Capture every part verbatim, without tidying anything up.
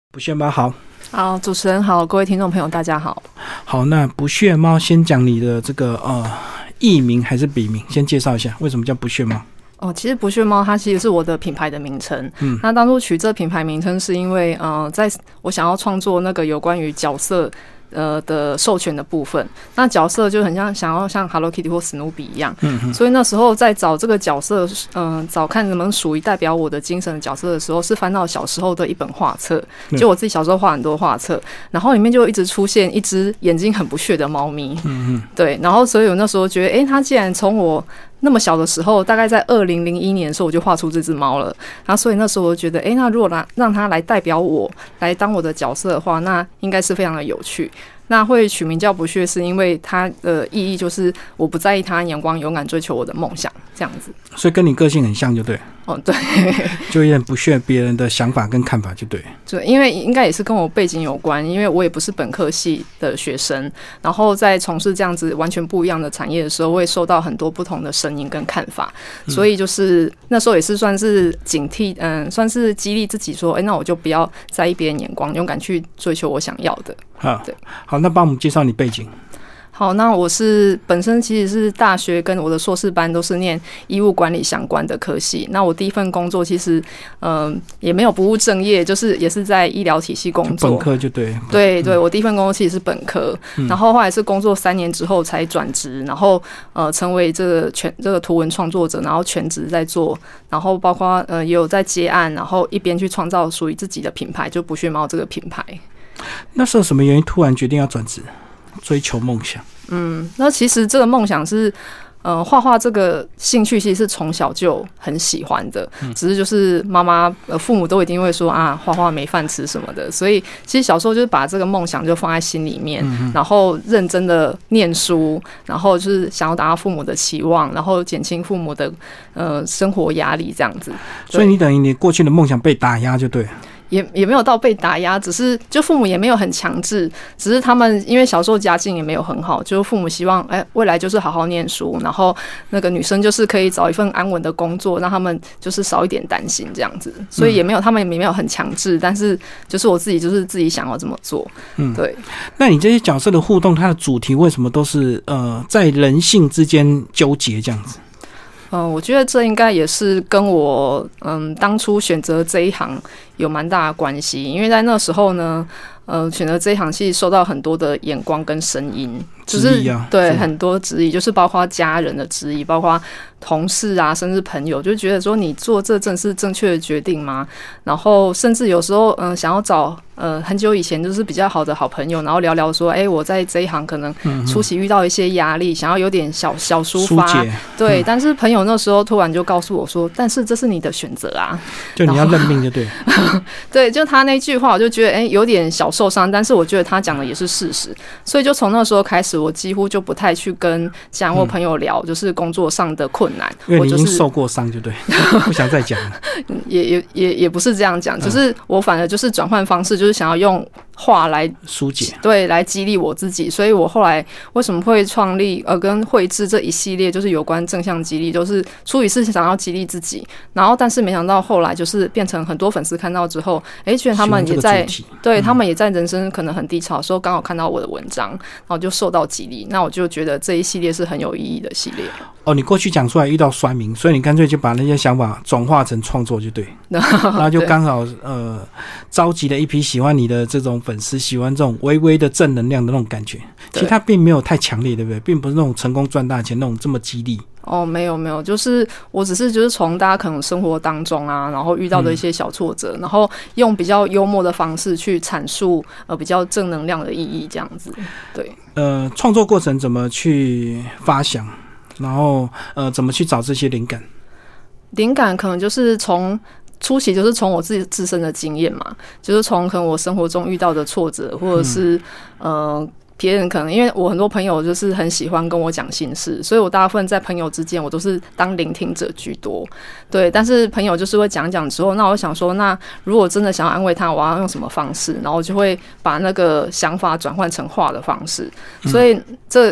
不屑猫好。 好，主持人好，各位听众朋友大家好。 好，那不屑猫先讲你的这个呃艺名还是笔名，先介绍一下为什么叫不屑猫。 哦，其实不屑猫它其实是我的品牌的名称。嗯，那当初取这品牌名称是因为呃，在我想要创作那个有关于角色呃的授权的部分，那角色就很像想要像 Hello Kitty 或史努比一样，嗯，所以那时候在找这个角色，嗯、呃，找看能不能属于代表我的精神的角色的时候，是翻到小时候的一本画册，就我自己小时候画很多画册，然后里面就一直出现一只眼睛很不屑的猫咪，嗯，对，然后所以我那时候觉得，哎、欸，它既然从我那么小的时候，大概在二零零一年的时候我就画出这只猫了，然后所以那时候我就觉得，哎、欸，那如果让让它来代表我，来当我的角色的话，那应该是非常的有趣。那会取名叫不屑，是因为它的意义就是我不在意他眼光，勇敢追求我的梦想，这样子。 所以跟你个性很像，就对。 哦，对， 就有点不屑别人的想法跟看法，就对。 对，因为应该也是跟我背景有关，因为我也不是本科系的学生，然后在从事这样子完全不一样的产业的时候，会受到很多不同的声音跟看法，嗯、所以就是那时候也是算是警惕，嗯，算是激励自己说，哎、欸，那我就不要在意别人眼光，勇敢去追求我想要的。 好，对，好，那帮我们介绍你背景。 好，那我是本身其实是大学跟我的硕士班都是念医务管理相关的科系。那我第一份工作其实，嗯、呃，也没有不务正业，就是也是在医疗体系工作。 本科就对。 对对，我第一份工作其实是本科，嗯、然后后来是工作三年之后才转职，然后呃成为这个全这个图文创作者，然后全职在做，然后包括呃也有在接案，然后一边去创造属于自己的品牌，就不屑猫这个品牌。 那时候什么原因突然决定要转职？追求梦想。 嗯，那其实这个梦想是，呃，画画这个兴趣其实是从小就很喜欢的，嗯、只是就是妈妈、呃父母都一定会说啊，画画没饭吃什么的，所以其实小时候就是把这个梦想就放在心里面，嗯、然后认真的念书，然后就是想要达到父母的期望，然后减轻父母的呃生活压力这样子。 所以你等于你过去的梦想被打压就对了。 也也没有到被打压，只是就父母也没有很强制，只是他们因为小时候家境也没有很好，就是父母希望哎、欸、未来就是好好念书，然后那个女生就是可以找一份安稳的工作，让他们就是少一点担心这样子，所以也没有、嗯、他们也没有很强制，但是就是我自己就是自己想要这么做，嗯，对。 那你这些角色的互动，它的主题为什么都是呃在人性之间纠结这样子？ 嗯、呃，我觉得这应该也是跟我嗯当初选择这一行有蛮大的关系，因为在那时候呢，呃，选择这一行其实受到很多的眼光跟声音，就是质疑啊， 对很多质疑，就是包括家人的质疑，包括同事啊，甚至朋友，就觉得说你做这正是正确的决定吗？然后甚至有时候，嗯、呃，想要找呃很久以前就是比较好的好朋友，然后聊聊说，哎、欸，我在这一行可能初期遇到一些压力，嗯、想要有点小小抒发，对、嗯，但是朋友那时候突然就告诉我说，但是这是你的选择啊， 就你要认命就对了。 对，就他那句话，我就觉得哎、欸，有点小受伤，但是我觉得他讲的也是事实，所以就从那时候开始，我几乎就不太去跟家人或朋友聊，嗯、就是工作上的困难， 因为你已经受过伤，就对，不想再讲了。 也也也也不是这样讲，就是我反而就是转换方式，就是想要用话来疏解， 对，来激励我自己。所以我后来为什么会创立呃跟绘制这一系列，就是有关正向激励，就是初于是想要激励自己，然后但是没想到后来就是变成很多粉丝看到之后，哎、欸，觉得他们也在对、嗯、他们也在人生可能很低潮的时候，刚好看到我的文章，然后就受到激励，那我就觉得这一系列是很有意义的系列。 哦，你过去讲出来遇到酸民，所以你干脆就把那些想法转化成创作就对，然后就刚好呃召集了一批喜欢你的这种粉丝，喜欢这种微微的正能量的那种感觉。其实它并没有太强烈，对不对？并不是那种成功赚大钱那种这么激励。 哦，没有没有，就是我只是就是从大家可能生活当中啊，然后遇到的一些小挫折，嗯、然后用比较幽默的方式去阐述呃比较正能量的意义，这样子。对， 呃，创作过程怎么去发想，然后呃怎么去找这些灵感？ 灵感可能就是从。初期就是从我自己自身的经验嘛，就是从可能我生活中遇到的挫折，或者是、嗯、呃别人可能因为我很多朋友就是很喜欢跟我讲心事，所以我大部分在朋友之间我都是当聆听者居多，对。但是朋友就是会讲讲之后，那我想说，那如果真的想要安慰他，我要用什么方式？然后我就会把那个想法转换成画的方式，所以这。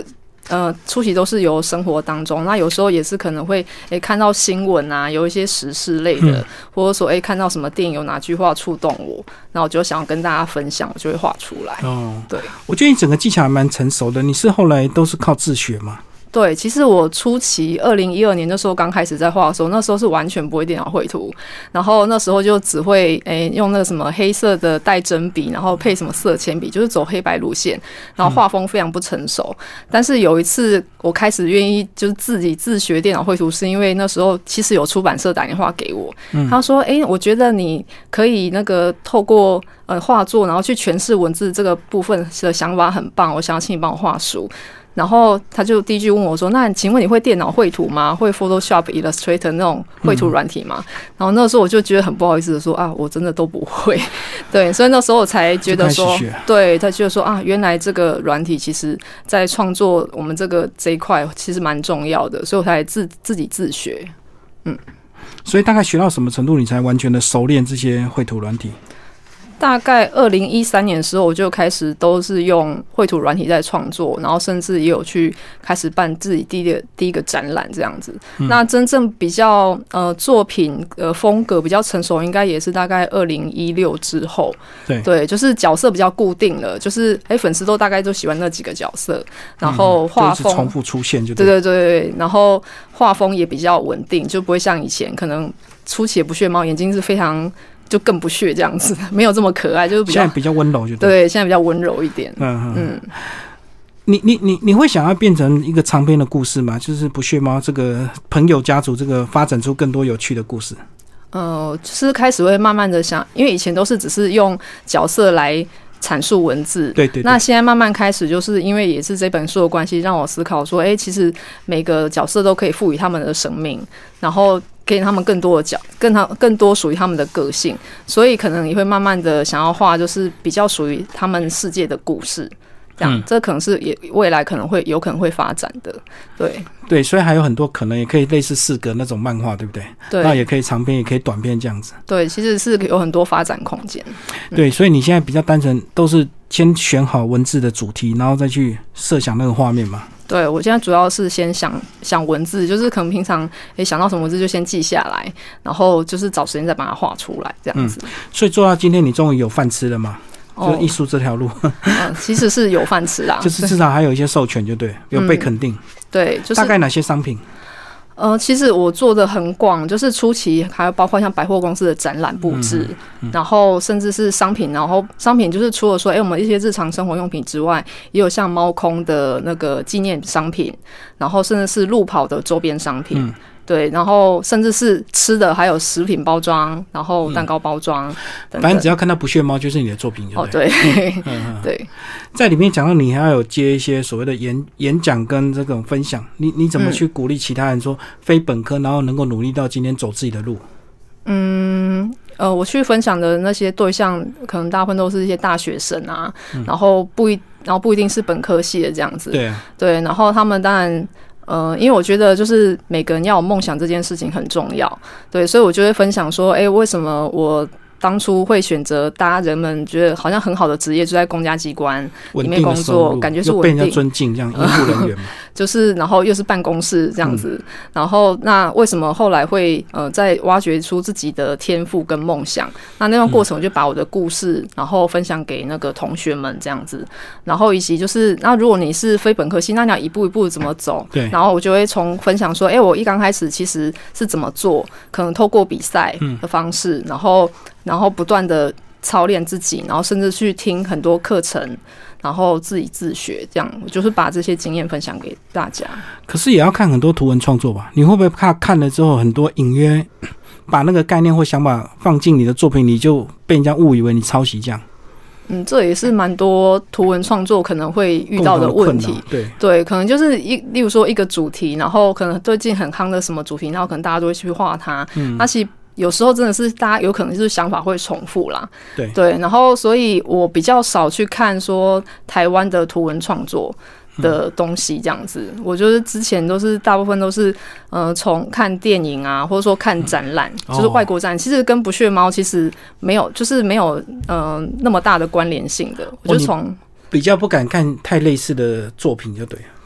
呃初期都是由生活当中，那有时候也是可能会诶、欸、看到新闻啊，有一些时事类的，嗯、或者说诶、欸、看到什么电影有哪句话触动我，那我就想要跟大家分享，我就会画出来。哦，对， 我觉得你整个技巧还蛮成熟的，你是后来都是靠自学吗？ 对，其实我初期二零一二年那时候刚开始在画的时候，那时候是完全不会电脑绘图，然后那时候就只会诶、欸、用那个什么黑色的带针笔，然后配什么色铅笔，就是走黑白路线，然后画风非常不成熟。嗯、但是有一次我开始愿意就是自己自学电脑绘图，是因为那时候其实有出版社打电话给我，嗯、他说：“哎、欸，我觉得你可以那个透过呃画作，然后去诠释文字这个部分的想法很棒，我想要请你帮我画书。”然后他就第一句问我说：“那请问你会电脑绘图吗？会 Photoshop、Illustrator 那种绘图软体吗？”嗯、然后那时候我就觉得很不好意思的说：“啊，我真的都不会。”对，所以那时候我才觉得说，对，他觉得说啊，原来这个软体其实在创作我们这个这一块其实蛮重要的，所以我才自自己自学。嗯， 所以大概学到什么程度，你才完全的熟练这些绘图软体？ 大概二零一三年的时候，我就开始都是用绘图软体在创作，然后甚至也有去开始办自己第一个第一个展览这样子。嗯、那真正比较呃作品呃风格比较成熟，应该也是大概二零一六之后。 对对，就是角色比较固定了，就是哎、欸、粉丝都大概都喜欢那几个角色，然后画风、 嗯、重复出现就对对对对，然后画风也比较稳定，就不会像以前可能初期的不屑猫眼睛是非常。就更不屑这样子，没有这么可爱，就是比较现在比较温柔就对， 对，现在比较温柔一点。嗯嗯，你你你你会想要变成一个长篇的故事吗？就是不屑猫这个朋友家族这个发展出更多有趣的故事。 呃，就是开始会慢慢的想，因为以前都是只是用角色来阐述文字， 对 对, 对。 那现在慢慢开始，就是因为也是这本书的关系，让我思考说，哎、欸，其实每个角色都可以赋予他们的生命，然后。给他们更多的角，更他更多属于他们的个性，所以可能也会慢慢的想要画，就是比较属于他们世界的故事，这样，嗯、这可能是也未来可能会有可能会发展的，对对，所以还有很多可能，也可以类似四格那种漫画，对不对？ 对， 那也可以长篇，也可以短篇这样子。 对，其实是有很多发展空间。 嗯、对，所以你现在比较单纯，都是先选好文字的主题，然后再去设想那个画面嘛。 对，我现在主要是先想想文字，就是可能平常诶想到什么文字就先记下来，然后就是找时间再把它画出来，这样子。嗯、 所以做到今天，你终于有饭吃了吗？哦、就艺术这条路， 嗯，其实是有饭吃啦， 就是至少还有一些授权，就对，有被肯定。嗯、 对，就是大概哪些商品？ 呃，其实我做的很广，就是初期还有包括像百货公司的展览布置，嗯嗯、然后甚至是商品，然后商品就是除了说，哎、欸，我们一些日常生活用品之外，也有像猫空的那个纪念商品，然后甚至是路跑的周边商品。嗯对，然后甚至是吃的，还有食品包装，然后蛋糕包装、嗯、等等， 反正只要看到不屑猫，就是你的作品就对。 哦，对， 嗯、 对， 在里面讲到你还有接一些所谓的演演讲跟这种分享，你你怎么去鼓励其他人说、嗯、非本科，然后能够努力到今天走自己的路？ 嗯，呃，我去分享的那些对象，可能大部分都是一些大学生啊，嗯、然后不一，然后不一定是本科系的这样子。 对啊， 对，然后他们当然。呃，因为我觉得就是每个人要有梦想这件事情很重要，对，所以我就会分享说，哎、欸，为什么我当初会选择大家人们觉得好像很好的职业，就在公家机关里面工作，感觉是稳定， 被人家尊敬，这样医护人员嘛， 就是然后又是办公室这样子，嗯、然后那为什么后来会呃再挖掘出自己的天赋跟梦想？那那段过程我就把我的故事，然后分享给那个同学们这样子，然后以及就是那如果你是非本科系，那你要一步一步怎么走？ 对， 然后我就会从分享说，哎、欸，我一刚开始其实是怎么做，可能透过比赛的方式，嗯、然后。然后不断的操练自己，然后甚至去听很多课程，然后自己自学，这样我就是把这些经验分享给大家。 可是也要看很多图文创作吧？你会不会怕看了之后很多隐约把那个概念或想法放进你的作品，你就被人家误以为你抄袭这样？ 嗯，这也是蛮多图文创作可能会遇到的问题。 对对，可能就是一，例如说一个主题，然后可能最近很夯的什么主题，然后可能大家都会去画它。嗯，那其实。有时候真的是大家有可能就是想法会重复啦， 对对，然后所以我比较少去看说台湾的图文创作的东西这样子，嗯、我就是之前都是大部分都是呃从看电影啊，或者说看展览，嗯、就是外国展览，哦、其实跟不屑猫其实没有就是没有呃那么大的关联性的，我就从。 比较不敢看太类似的作品就对了，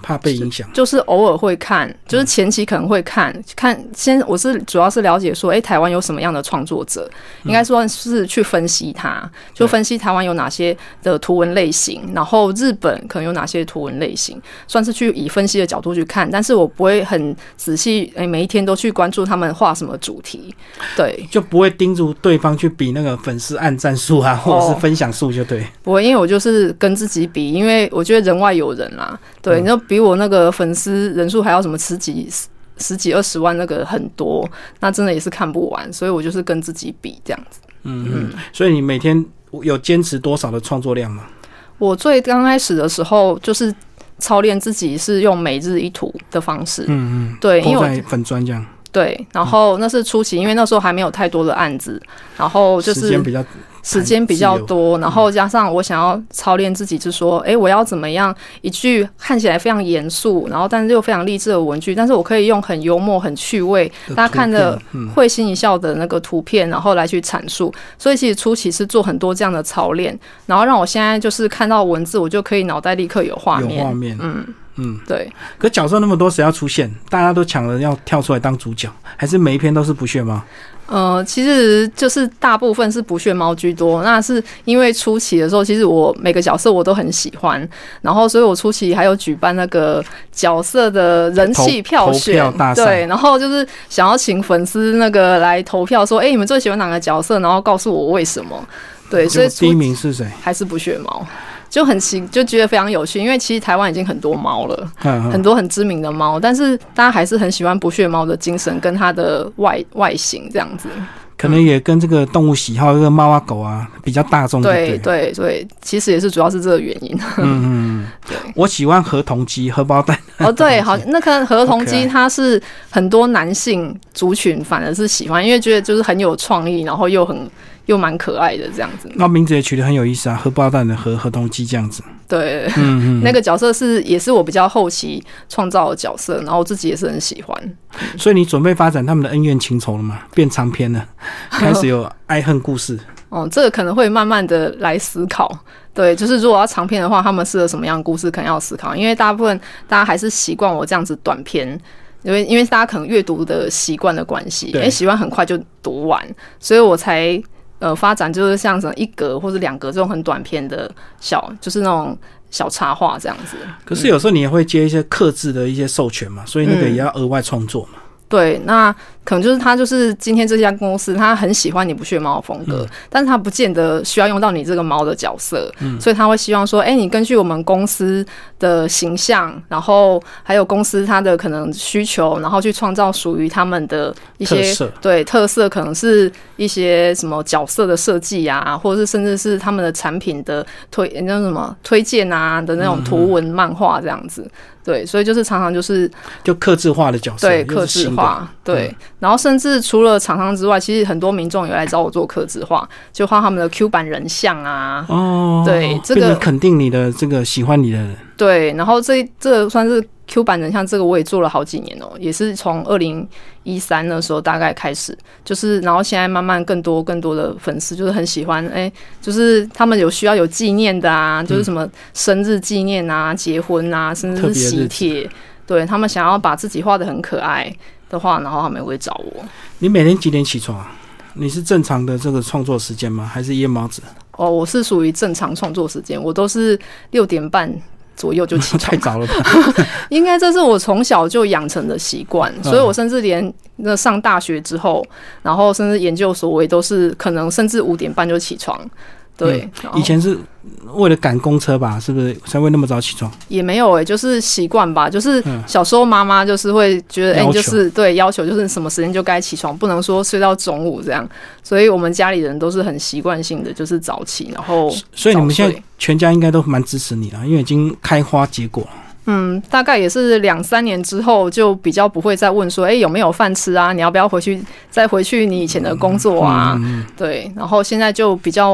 怕被影响， 就是偶尔会看，就是前期可能会看、嗯、看先，我是主要是了解说，哎、欸，台湾有什么样的创作者，应该说是去分析它，就分析台湾有哪些的图文类型，然后日本可能有哪些图文类型，算是去以分析的角度去看，但是我不会很仔细，哎、欸，每一天都去关注他们画什么主题，对， 就不会盯住对方去比那个粉丝按赞数啊，或者是分享数，就对、哦， 不会，因为我就是跟自己比，因为我觉得人外有人啦，对，你就、嗯。比我那个粉丝人数还要什么十几十几二十万，那个很多，那真的也是看不完，所以我就是跟自己比这样子。 嗯嗯，所以你每天有坚持多少的创作量吗？ 我最刚开始的时候就是操练自己是用每日一图的方式，嗯嗯，对，因为我在粉专这样。 对，然后那是初期，因为那时候还没有太多的案子，然后就是时间比较时间比较多，然后加上我想要操练自己，是说，哎，我要怎么样一句看起来非常严肃，然后但是又非常励志的文句，但是我可以用很幽默、很趣味，大家看的会心一笑的那个图片，然后来去阐述。所以其实初期是做很多这样的操练，然后让我现在就是看到文字，我就可以脑袋立刻有画面， 有画面， 嗯。 嗯， 对。 可角色那么多，谁要出现？大家都抢着要跳出来当主角，还是每一篇都是不屑猫？ 呃，其实就是大部分是不屑猫居多。那是因为初期的时候，其实我每个角色我都很喜欢，然后所以我初期还有举办那个角色的人气票选， 投投票大赛， 对，然后就是想要请粉丝那个来投票，说，哎、欸，你们最喜欢哪个角色？然后告诉我为什么。对，所以第一名是谁？ 还是不屑猫。就很奇，就觉得非常有趣，因为其实台湾已经很多猫了，嗯、很多很知名的猫，但是大家还是很喜欢不屑猫的精神跟它的外外形这样子。 可能也跟这个动物喜好，这个猫啊狗啊比较大众。 对对对，其实也是主要是这个原因。嗯嗯，对。 我喜欢河童鸡、荷包蛋。 哦，对，好，那个河童鸡它是很多男性族群反而是喜欢，因为觉得就是很有创意，然后又很。又蛮可爱的这样子， 那名字也取得很有意思啊，荷包蛋的荷河童鸡这样子。 对，嗯嗯，那个角色是也是我比较后期创造的角色，然后我自己也是很喜欢。 所以你准备发展他们的恩怨情仇了吗？变长篇了，开始有爱恨故事。 哦，这个可能会慢慢的来思考。对，就是如果要长篇的话，他们适合什么样的故事，可能要思考。因为大部分大家还是习惯我这样子短篇。因为因为大家可能阅读的习惯的关系，因为习惯很快就读完，所以我才。呃，发展就是像什么一格或者两格这种很短篇的小，就是那种小插画这样子。 可是有时候你也会接一些客制的一些授权嘛，所以那个也要额外创作嘛。嗯、对， 那可能就是他就是今天这家公司他很喜欢你不屑猫的风格、嗯，但是他不见得需要用到你这个猫的角色，嗯、所以他会希望说，哎、欸，你根据我们公司的形象，然后还有公司它的可能需求，然后去创造属于他们的一些特色， 对特色，可能是一些什么角色的设计啊，或者是甚至是他们的产品的推那什么推荐啊的那种图文漫画这样子。对，所以就是常常就是就客制化的角色， 对，客制化，对、嗯，然后甚至除了厂商之外，其实很多民众也来找我做客制化，就画他们的 Q 版人像啊，哦，对，这个肯定你的这个喜欢你的人， 对，然后这这个算是 Q 版人像，这个我也做了好几年哦，也是从二零一三那时候大概开始，就是然后现在慢慢更多更多的粉丝就是很喜欢，哎、欸，就是他们有需要有纪念的啊，就是什么生日纪念啊、结婚啊，甚至是喜帖，对他们想要把自己画得很可爱的话，然后他们也会找我。 你每天几点起床啊？你是正常的这个创作时间吗？还是夜猫子？ 哦，我是属于正常创作时间，我都是六点半左右就起床。 太早了吧？ 应该这是我从小就养成的习惯，所以我甚至连那上大学之后，然后甚至研究所，我也都是可能甚至五点半就起床。对、 嗯，以前是为了赶公车吧，是不是才会那么早起床？ 也没有哎、欸，就是习惯吧。就是小时候妈妈就是会觉得，哎、欸，就是对要求就是什么时间就该起床，不能说睡到中午这样。所以我们家里人都是很习惯性的，就是早起，然后所以你们现在全家应该都蛮支持你了，因为已经开花结果了。 嗯，大概也是两三年之后，就比较不会再问说，哎、欸，有没有饭吃啊？你要不要回去再回去你以前的工作啊？嗯嗯嗯对，然后现在就比较。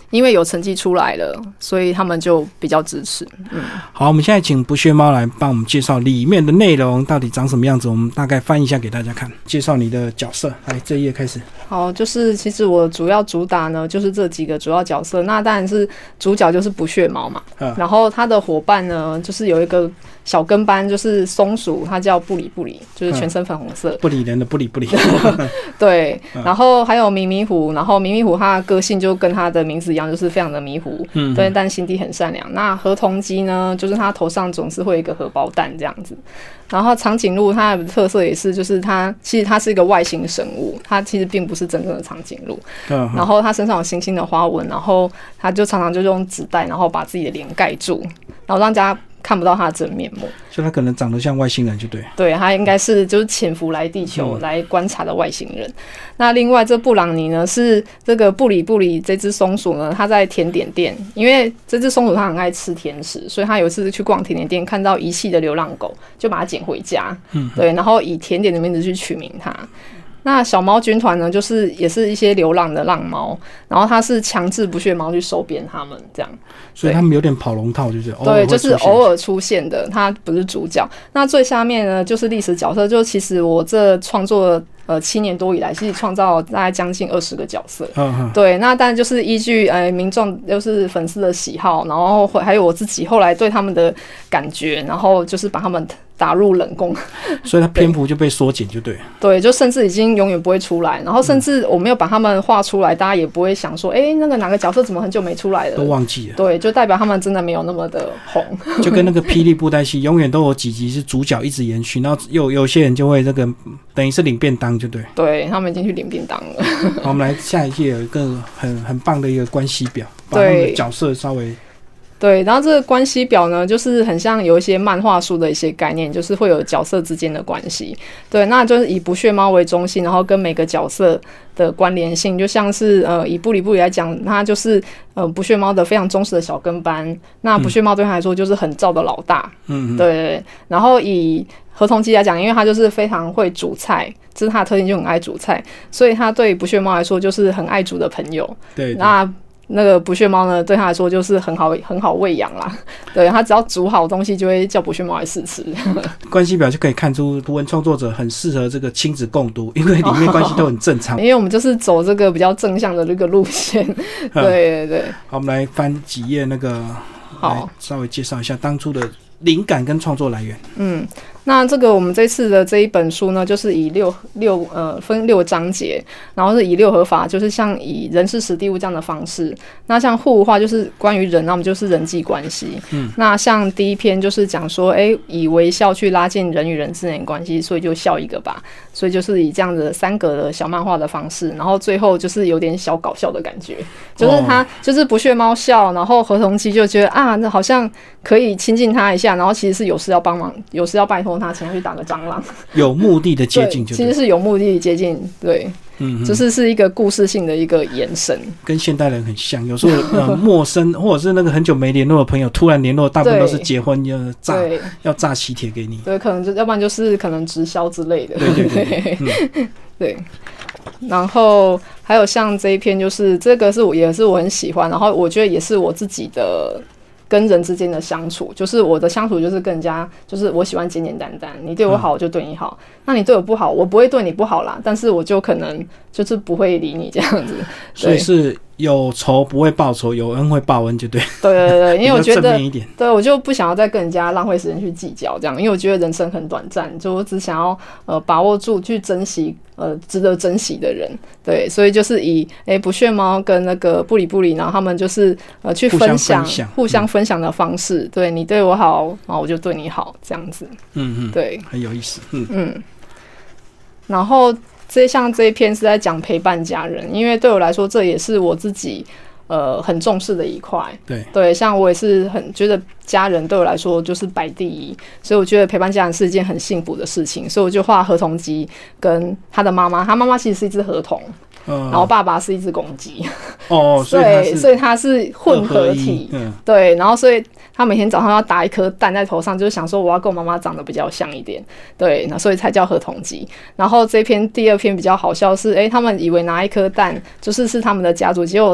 因为有成绩出来了，所以他们就比较支持。嗯， 好，我们现在请不屑猫来帮我们介绍里面的内容到底长什么样子，我们大概翻一下给大家看，介绍你的角色。来，这一页开始。 好，就是其实我主要主打呢，就是这几个主要角色。那当然是主角就是不屑猫嘛，嗯、然后他的伙伴呢，就是有一个小跟班，就是松鼠，它叫不理不理，就是全身粉红色， 嗯、不理人的不理不理。 对，然后还有迷迷糊，然后迷迷糊它的个性就跟它的名字一样，就是非常的迷糊，嗯，对，但心地很善良。那河童鸡呢，就是它头上总是会有一个荷包蛋这样子。然后长颈鹿它的特色也是，就是它其实它是一个外星生物，它其实并不是真正的长颈鹿。嗯、然后它身上有星星的花纹，然后它就常常就用纸袋，然后把自己的脸盖住，然后让大家看不到他的真面目， 所以他可能长得像外星人，就对。 对，他应该是就是潜伏来地球来观察的外星人。嗯、那另外这布朗尼呢，是这个布里布里这只松鼠呢，它在甜点店，因为这只松鼠它很爱吃甜食，所以它有一次去逛甜点店，看到遗弃的流浪狗，就把它捡回家。嗯，对，然后以甜点的名字去取名它。那小猫军团呢，就是也是一些流浪的浪猫，然后它是强制不屑猫去收编它们，这样， 所以他们有点跑龙套，就是对，就是偶尔出现的，它不是主角。那最下面呢，就是历史角色，就其实我这创作呃七年多以来，其实创造大概将近二十个角色，嗯嗯，对，那当然就是依据呃民众就是粉丝的喜好，然后还有我自己后来对他们的感觉，然后就是把他们打入冷宫， 所以它篇幅就被缩减，就对。 对，就甚至已经永远不会出来，然后甚至我没有把他们画出来，大家也不会想说，哎、欸，那个哪个角色怎么很久没出来了， 都忘记了。 对，就代表他们真的没有那么的红。 就跟那个霹雳布袋戏，永远都有几集是主角一直延续，然后有有些人就会这个等于是领便当，就对。 对，他们已经去领便当了。 好，我们来下一页有一个很很棒的一个关系表，把他们的角色稍微。 对，然后这个关系表呢，就是很像有一些漫画书的一些概念，就是会有角色之间的关系。对，那就是以不屑猫为中心，然后跟每个角色的关联性，就像是呃，以布里布里来讲，它就是呃不屑猫的非常忠实的小跟班。那不屑猫对他来说就是很照的老大。嗯，对对对。然后以河童鸡来讲，因为它就是非常会煮菜，这是它的特点，就很爱煮菜，所以它对不屑猫来说就是很爱煮的朋友。 对， 那。那个不屑猫呢，对他来说就是很好很好喂养啦。对，他只要煮好东西，就会叫不屑猫来试吃。 关系表就可以看出图文创作者很适合这个亲子共读，因为里面关系都很正常。 因为我们就是走这个比较正向的这个路线。对对对。 好，我们来翻几页，那个好，稍微介绍一下当初的灵感跟创作来源。嗯。 那这个我们这次的这一本书呢，就是以六六呃分六章节，然后是以六合法，就是像以人事时地物这样的方式。那像互化就是关于人，那我们就是人际关系。嗯，那像第一篇就是讲说，哎、欸，以微笑去拉近人与人之间的关系，所以就笑一个吧。所以就是以这样的三格的小漫画的方式，然后最后就是有点小搞笑的感觉，就是他就是不屑猫笑，然后河童鸡就觉得啊，那好像可以亲近他一下，然后其实是有事要帮忙，有事要拜托他，请他去打个蟑螂， 有目的的接近就对， 其实是有目的的接近，对。嗯，就是是一个故事性的一个延伸， 跟现代人很像。有时候呃陌生或者是那个很久没联络的朋友突然联络，大部分都是结婚要炸要炸喜帖给你。 对，可能就要不然就是可能直销之类的。 对对对对、嗯、 对。然后还有像这一篇，就是这个是我也是我很喜欢，然后我觉得也是我自己的。跟人之间的相处，就是我的相处就是更加，就是我喜欢简简单单，你对我好我就对你好、嗯、那你对我不好我不会对你不好啦，但是我就可能就是不会理你这样子。 所以是有仇不会报仇，有恩会报恩，就对。 对对对，因为我觉得对我就不想要再跟人家浪费时间去计较这样，因为我觉得人生很短暂，就我只想要呃把握住去珍惜呃值得珍惜的人。对，所以就是以诶、欸、不屑猫跟那个布里布里，然后他们就是呃去分享互相分享的方式，嗯、对你对我好，然后我就对你好这样子。嗯嗯，对， 很有意思。嗯嗯，然后。这像这一篇是在讲陪伴家人，因为对我来说这也是我自己呃很重视的一块。 对对，像我也是很觉得家人对我来说就是摆第一，所以我觉得陪伴家人是一件很幸福的事情，所以我就画河童鸡跟他的妈妈，他妈妈其实是一只河童。然后爸爸是一只公鸡哦，所以对，所以它是混合体，嗯、对，然后所以他每天早上要打一颗蛋在头上，就是想说我要跟我妈妈长得比较像一点，对，那所以才叫河童鸡。然后这篇第二篇比较好笑是，哎，他们以为拿一颗蛋就是是他们的家族，结果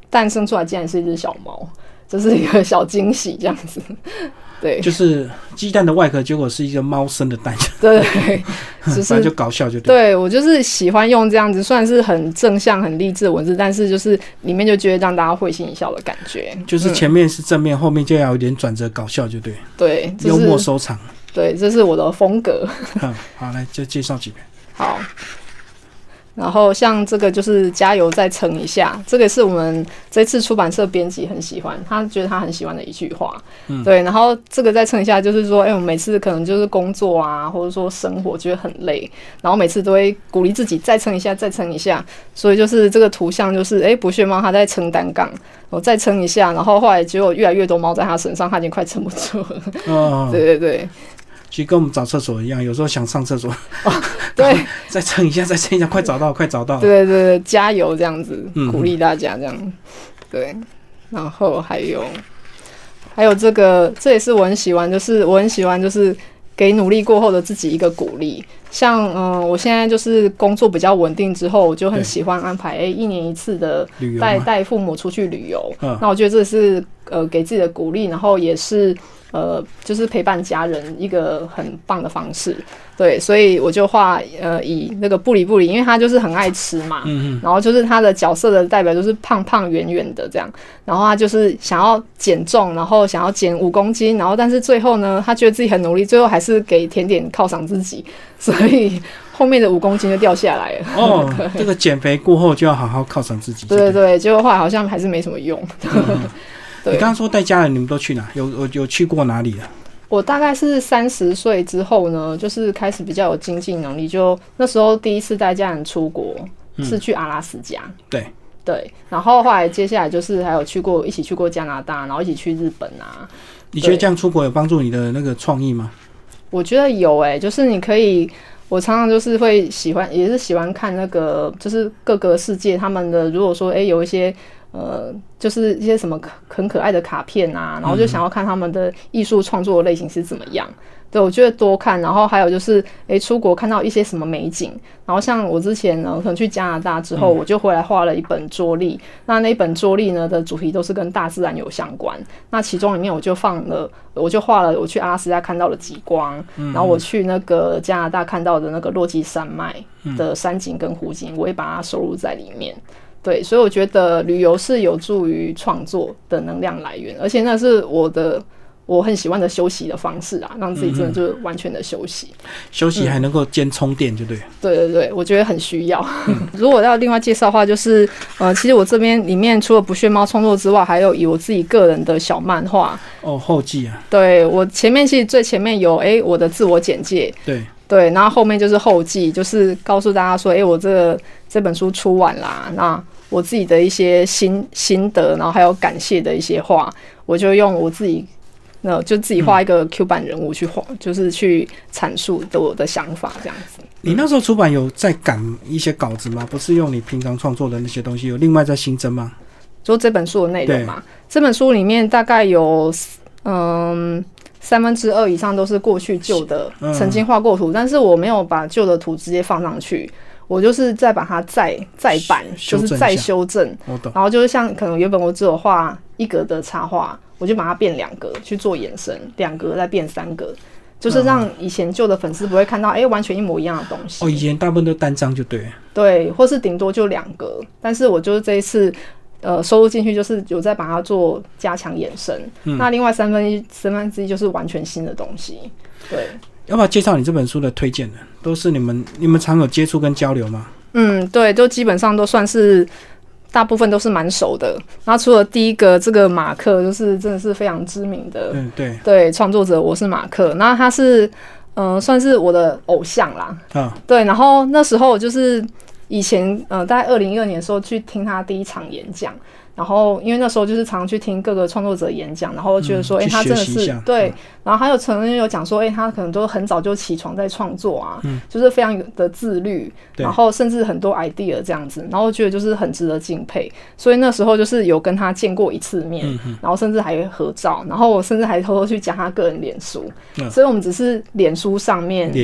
蛋生出来竟然是一只小猫，这是一个小惊喜这样子。对， 就是鸡蛋的外壳，结果是一个猫生的蛋。 对对， 就是反正就搞笑就对。 对，我就是喜欢用这样子，虽然是很正向、很励志的文字，但是就是里面就觉得让大家会心一笑的感觉。 就是前面是正面，嗯、后面就要有点转折，搞笑就对。 对， 幽默收场。 对，这是我的风格。 嗯，好，来就介绍几遍。 好。然后像这个就是加油再撑一下，这个是我们这次出版社编辑很喜欢，他觉得他很喜欢的一句话。嗯，对。然后这个再撑一下，就是说，哎、欸，我每次可能就是工作啊，或者说生活觉得很累，然后每次都会鼓励自己再撑一下，再撑一下。所以就是这个图像就是，哎、欸，不屑猫它在撑单杠，我再撑一下，然后后来结果越来越多猫在它身上，它已经快撑不住了。哦，对对对。 其实跟我们找厕所一样，有时候想上厕所， 哦，对， 再撑一下，再撑一下，快找到，快找到。 对对对，加油这样子，鼓励大家这样。嗯、对，然后还有还有这个，这也是我很喜欢，就是我很喜欢，就是给努力过后的自己一个鼓励。像嗯、呃，我现在就是工作比较稳定之后，我就很喜欢安排哎、欸、一年一次的带带父母出去旅游。嗯、那我觉得这是呃给自己的鼓励，然后也是。呃，就是陪伴家人一个很棒的方式，对，所以我就画呃以那个布里布里，因为他就是很爱吃嘛，嗯嗯，然后就是他的角色的代表就是胖胖圆圆的这样，然后他就是想要减重，然后想要减五公斤，然后但是最后呢，他觉得自己很努力，最后还是给甜点犒赏自己，所以后面的五公斤就掉下来了。 哦，这个减肥过后就要好好犒赏自己。 对对对，结果后来好像还是没什么用。嗯你刚刚说带家人，你们都去哪？有有有去过哪里了？ 我大概是三十岁之后呢，就是开始比较有经济能力，就那时候第一次带家人出国，嗯、是去阿拉斯加。对对，然后后来接下来就是还有去过，一起去过加拿大，然后一起去日本啊。 你觉得这样出国有帮助你的那个创意吗？ 我觉得有诶、欸，就是你可以。我常常就是会喜欢，也是喜欢看那个，就是各个世界他们的，如果说哎、欸、有一些呃，就是一些什么很可爱的卡片啊，然后就想要看他们的艺术创作的类型是怎么样。对，我觉得多看，然后还有就是，哎，出国看到一些什么美景，然后像我之前呢，可能去加拿大之后，嗯、我就回来画了一本桌历，那那一本桌历呢的主题都是跟大自然有相关，那其中里面我就放了，我就画了我去阿拉斯加看到的极光，嗯、然后我去那个加拿大看到的那个落基山脉的山景跟湖景，我也把它收录在里面。对，所以我觉得旅游是有助于创作的能量来源，而且那是我的。我很喜欢的休息的方式啊，让自己真的就是完全的休息，嗯、 休息还能够兼充电，就对、嗯。 对对对，我觉得很需要。嗯、如果要另外介绍的话，就是呃，其实我这边里面除了不屑猫创作之外，还有以我自己个人的小漫画。 哦，后记啊。对， 我前面其实最前面有哎、欸、我的自我简介。 对。 对，然后后面就是后记，就是告诉大家说，哎、欸，我这个这本书出完啦，那我自己的一些心心得，然后还有感谢的一些话，我就用我自己。那就自己画一个 Q 版人物去画、嗯，就是去阐述的我的想法这样子。 你那时候出版有在赶一些稿子吗？不是用你平常创作的那些东西，有另外在新增吗？ 就这本书的内容嘛。这本书里面大概有嗯三分之二以上都是过去旧的曾经画过图、嗯，但是我没有把旧的图直接放上去。我就是再把它再再版，就是再修正，然后就是像可能原本我只有画一格的插画，我就把它变两格去做延伸，两格再变三格，就是让以前旧的粉丝不会看到，哎、欸，完全一模一样的东西。 哦，以前大部分都单张就对了。 对，或是顶多就两格，但是我就是这一次。呃，收入进去就是有在把它做加强延伸、嗯，那另外三分一三分之一就是完全新的东西。对， 要不要介绍你这本书的推荐人？都是你们你们常有接触跟交流吗？ 嗯，对，就基本上都算是大部分都是蛮熟的。然后除了第一个这个马克，就是真的是非常知名的，嗯，对对，创作者我是马克，那他是嗯、呃、算是我的偶像啦。啊，对，然后那时候我就是。以前呃，大概二零一二年的时候去听他第一场演讲，然后因为那时候就是常去听各个创作者演讲，然后觉得说，哎、嗯欸，他真的是对、嗯，然后他又曾经有讲说，哎、欸，他可能都很早就起床在创作啊、嗯，就是非常的自律，然后甚至很多 idea 这样子，然后觉得就是很值得敬佩，所以那时候就是有跟他见过一次面，嗯、然后甚至还合照，然后我甚至还偷偷去加他个人脸书、嗯，所以我们只是脸书上面连友。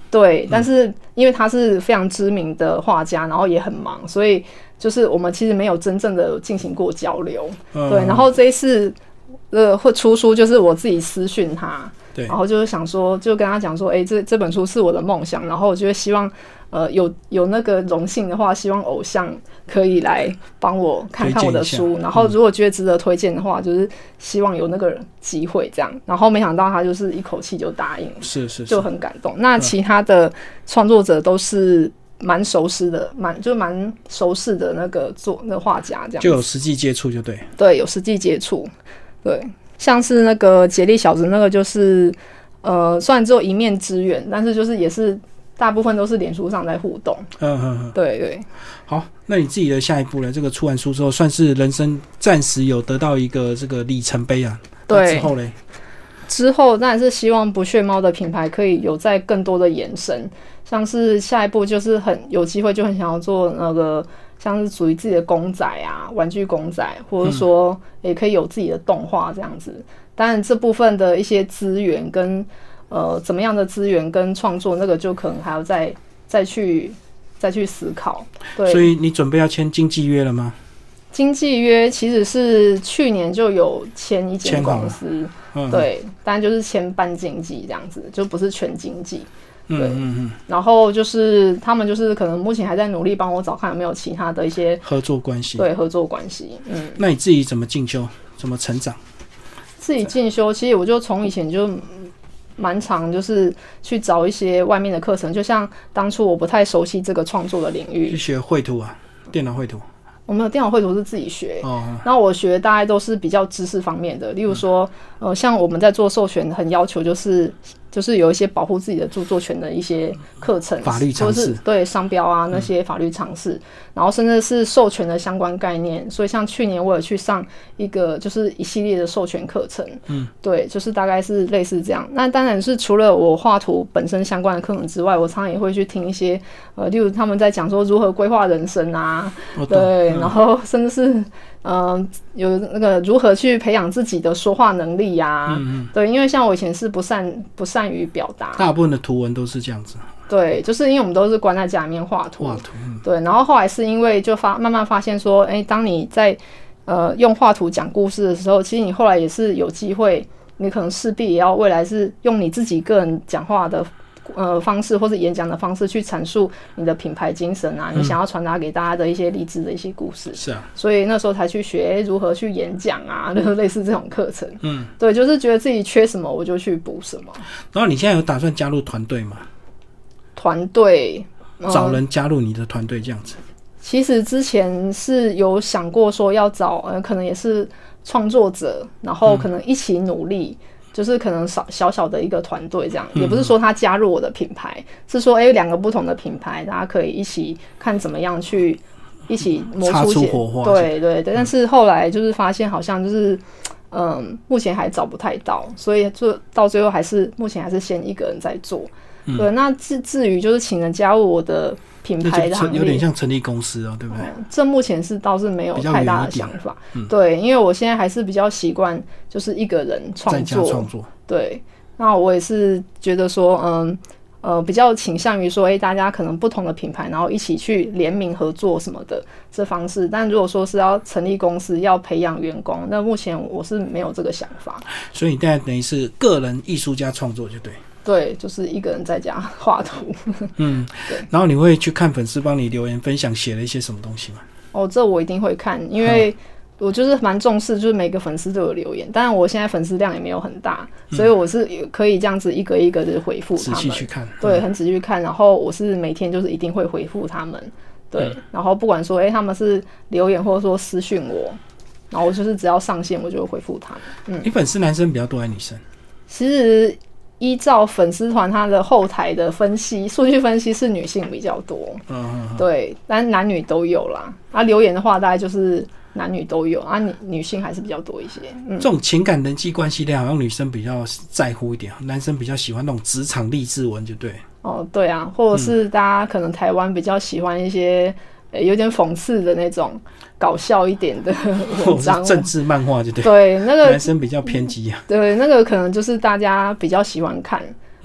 对，但是因为他是非常知名的画家，然后也很忙，所以就是我们其实没有真正的进行过交流。嗯、对，然后这一次呃会出书，就是我自己私讯他。然后就是想说，就跟他讲说，哎、欸，这这本书是我的梦想，然后我就希望，呃，有有那个荣幸的话，希望偶像可以来帮我看看我的书，然后如果觉得值得推荐的话，就是希望有那个机会这样。然后没想到他就是一口气就答应了， 是是是， 就很感动。那其他的创作者都是蛮熟识的，蛮就蛮熟识的那个作那画家这样， 就有实际接触就对， 对，有实际接触，对。像是那个杰力小子，那个就是呃，虽然只有一面之缘，但是就是也是大部分都是脸书上在互动。嗯嗯嗯，对对。 好，那你自己的下一步呢？这个出完书之后，算是人生暂时有得到一个这个里程碑啊。 对。 之后嘞？ 之后当然是希望不屑猫的品牌可以有在更多的延伸，像是下一步就是很有机会就很想要做那个。像是属于自己的公仔啊，玩具公仔，或者说也可以有自己的动画这样子。当然，这部分的一些资源跟呃怎么样的资源跟创作，那个就可能还要再再去再去思考。对， 所以你准备要签经纪约了吗？ 经纪约其实是去年就有签一间公司，嗯、对，但就是签半经纪这样子，就不是全经纪。对，嗯嗯嗯，然后就是他们就是可能目前还在努力帮我找看有没有其他的一些合作关系， 对，合作关系。嗯， 那你自己怎么进修，怎么成长？ 自己进修，其实我就从以前就蛮常就是去找一些外面的课程，就像当初我不太熟悉这个创作的领域， 去学绘图啊，电脑绘图。 我们有电脑绘图是自己学，然后我学大概都是比较知识方面的，例如说，呃，像我们在做授权，很要求就是就是有一些保护自己的著作权的一些课程， 法律常识， 对商标啊那些法律常识，嗯、然后甚至是授权的相关概念。所以像去年我有去上一个就是一系列的授权课程，嗯，对，就是大概是类似这样。那当然是除了我画图本身相关的课程之外，我常常也会去听一些呃，例如他们在讲说如何规划人生啊，对。然后甚至是嗯、呃，有那个如何去培养自己的说话能力呀、啊嗯嗯，对，因为像我以前是不善不善于表达， 大部分的图文都是这样子。 对，就是因为我们都是关在家里面画图， 画图、嗯， 对，然后后来是因为就发慢慢发现说，哎，当你在呃用画图讲故事的时候，其实你后来也是有机会，你可能势必也要未来是用你自己个人讲话的。呃，方式或是演讲的方式去阐述你的品牌精神啊，嗯、你想要传达给大家的一些励志的一些故事。 是啊， 所以那时候才去学如何去演讲啊，就是类似这种课程。嗯，对，就是觉得自己缺什么我就去补什么。 然后你现在有打算加入团队吗？ 团队、 呃、找人加入你的团队这样子。 其实之前是有想过说要找，呃，可能也是创作者，然后可能一起努力。嗯，就是可能小小小的一个团队这样，也不是说他加入我的品牌，是说哎两个不同的品牌，大家可以一起看怎么样去一起磨出些火花。 对对对，但是后来就是发现好像就是嗯，目前还找不太到，所以就到最后还是目前还是先一个人在做。嗯、对，那至至于就是请人加入我的品牌的行列， 有点像成立公司哦，对不对？ 嗯、这目前是倒是没有太大的想法。嗯、对，因为我现在还是比较习惯就是一个人创作。 创作。对， 那我也是觉得说，嗯呃，比较倾向于说，哎、欸，大家可能不同的品牌，然后一起去联名合作什么的这方式。但如果说是要成立公司，要培养员工，那目前我是没有这个想法。 所以你现在等于是个人艺术家创作，就对。 对，就是一个人在家画图。 嗯，对。然后你会去看粉丝帮你留言分享写了一些什么东西吗？ 哦，这我一定会看，因为我就是蛮重视，就是每个粉丝都有留言。当然，我现在粉丝量也没有很大，嗯、所以我是可以这样子一个一个的回复他们， 仔细去看。 对，很仔细去看。然后我是每天就是一定会回复他们。对，嗯、然后不管说，哎、欸，他们是留言或者说私讯我，然后我就是只要上线，我就会回复他们。嗯， 你粉丝男生比较多还是女生？ 其实。依照粉丝团它的后台的分析，数据分析是女性比较多，嗯嗯嗯对，但男女都有啦。啊，留言的话大概就是男女都有啊，女女性还是比较多一些。嗯， 这种情感人际关系类好像女生比较在乎一点，男生比较喜欢那种职场励志文，就对。 哦，对啊，或者是大家可能台湾比较喜欢一些、欸、有点讽刺的那种。搞笑一点的文章， 政治漫画就对。 对，那个男生比较偏激啊。 对，那个可能就是大家比较喜欢看。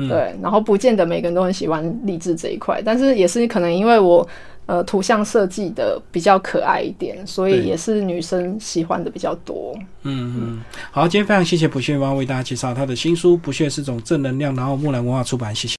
嗯、对，然后不见得每个人都很喜欢励志这一块，但是也是可能因为我呃图像设计的比较可爱一点，所以也是女生喜欢的比较多。 嗯嗯，好，今天非常谢谢卜学员为大家介绍他的新书《不屑是种正能量》，然后木兰文化出版，谢谢。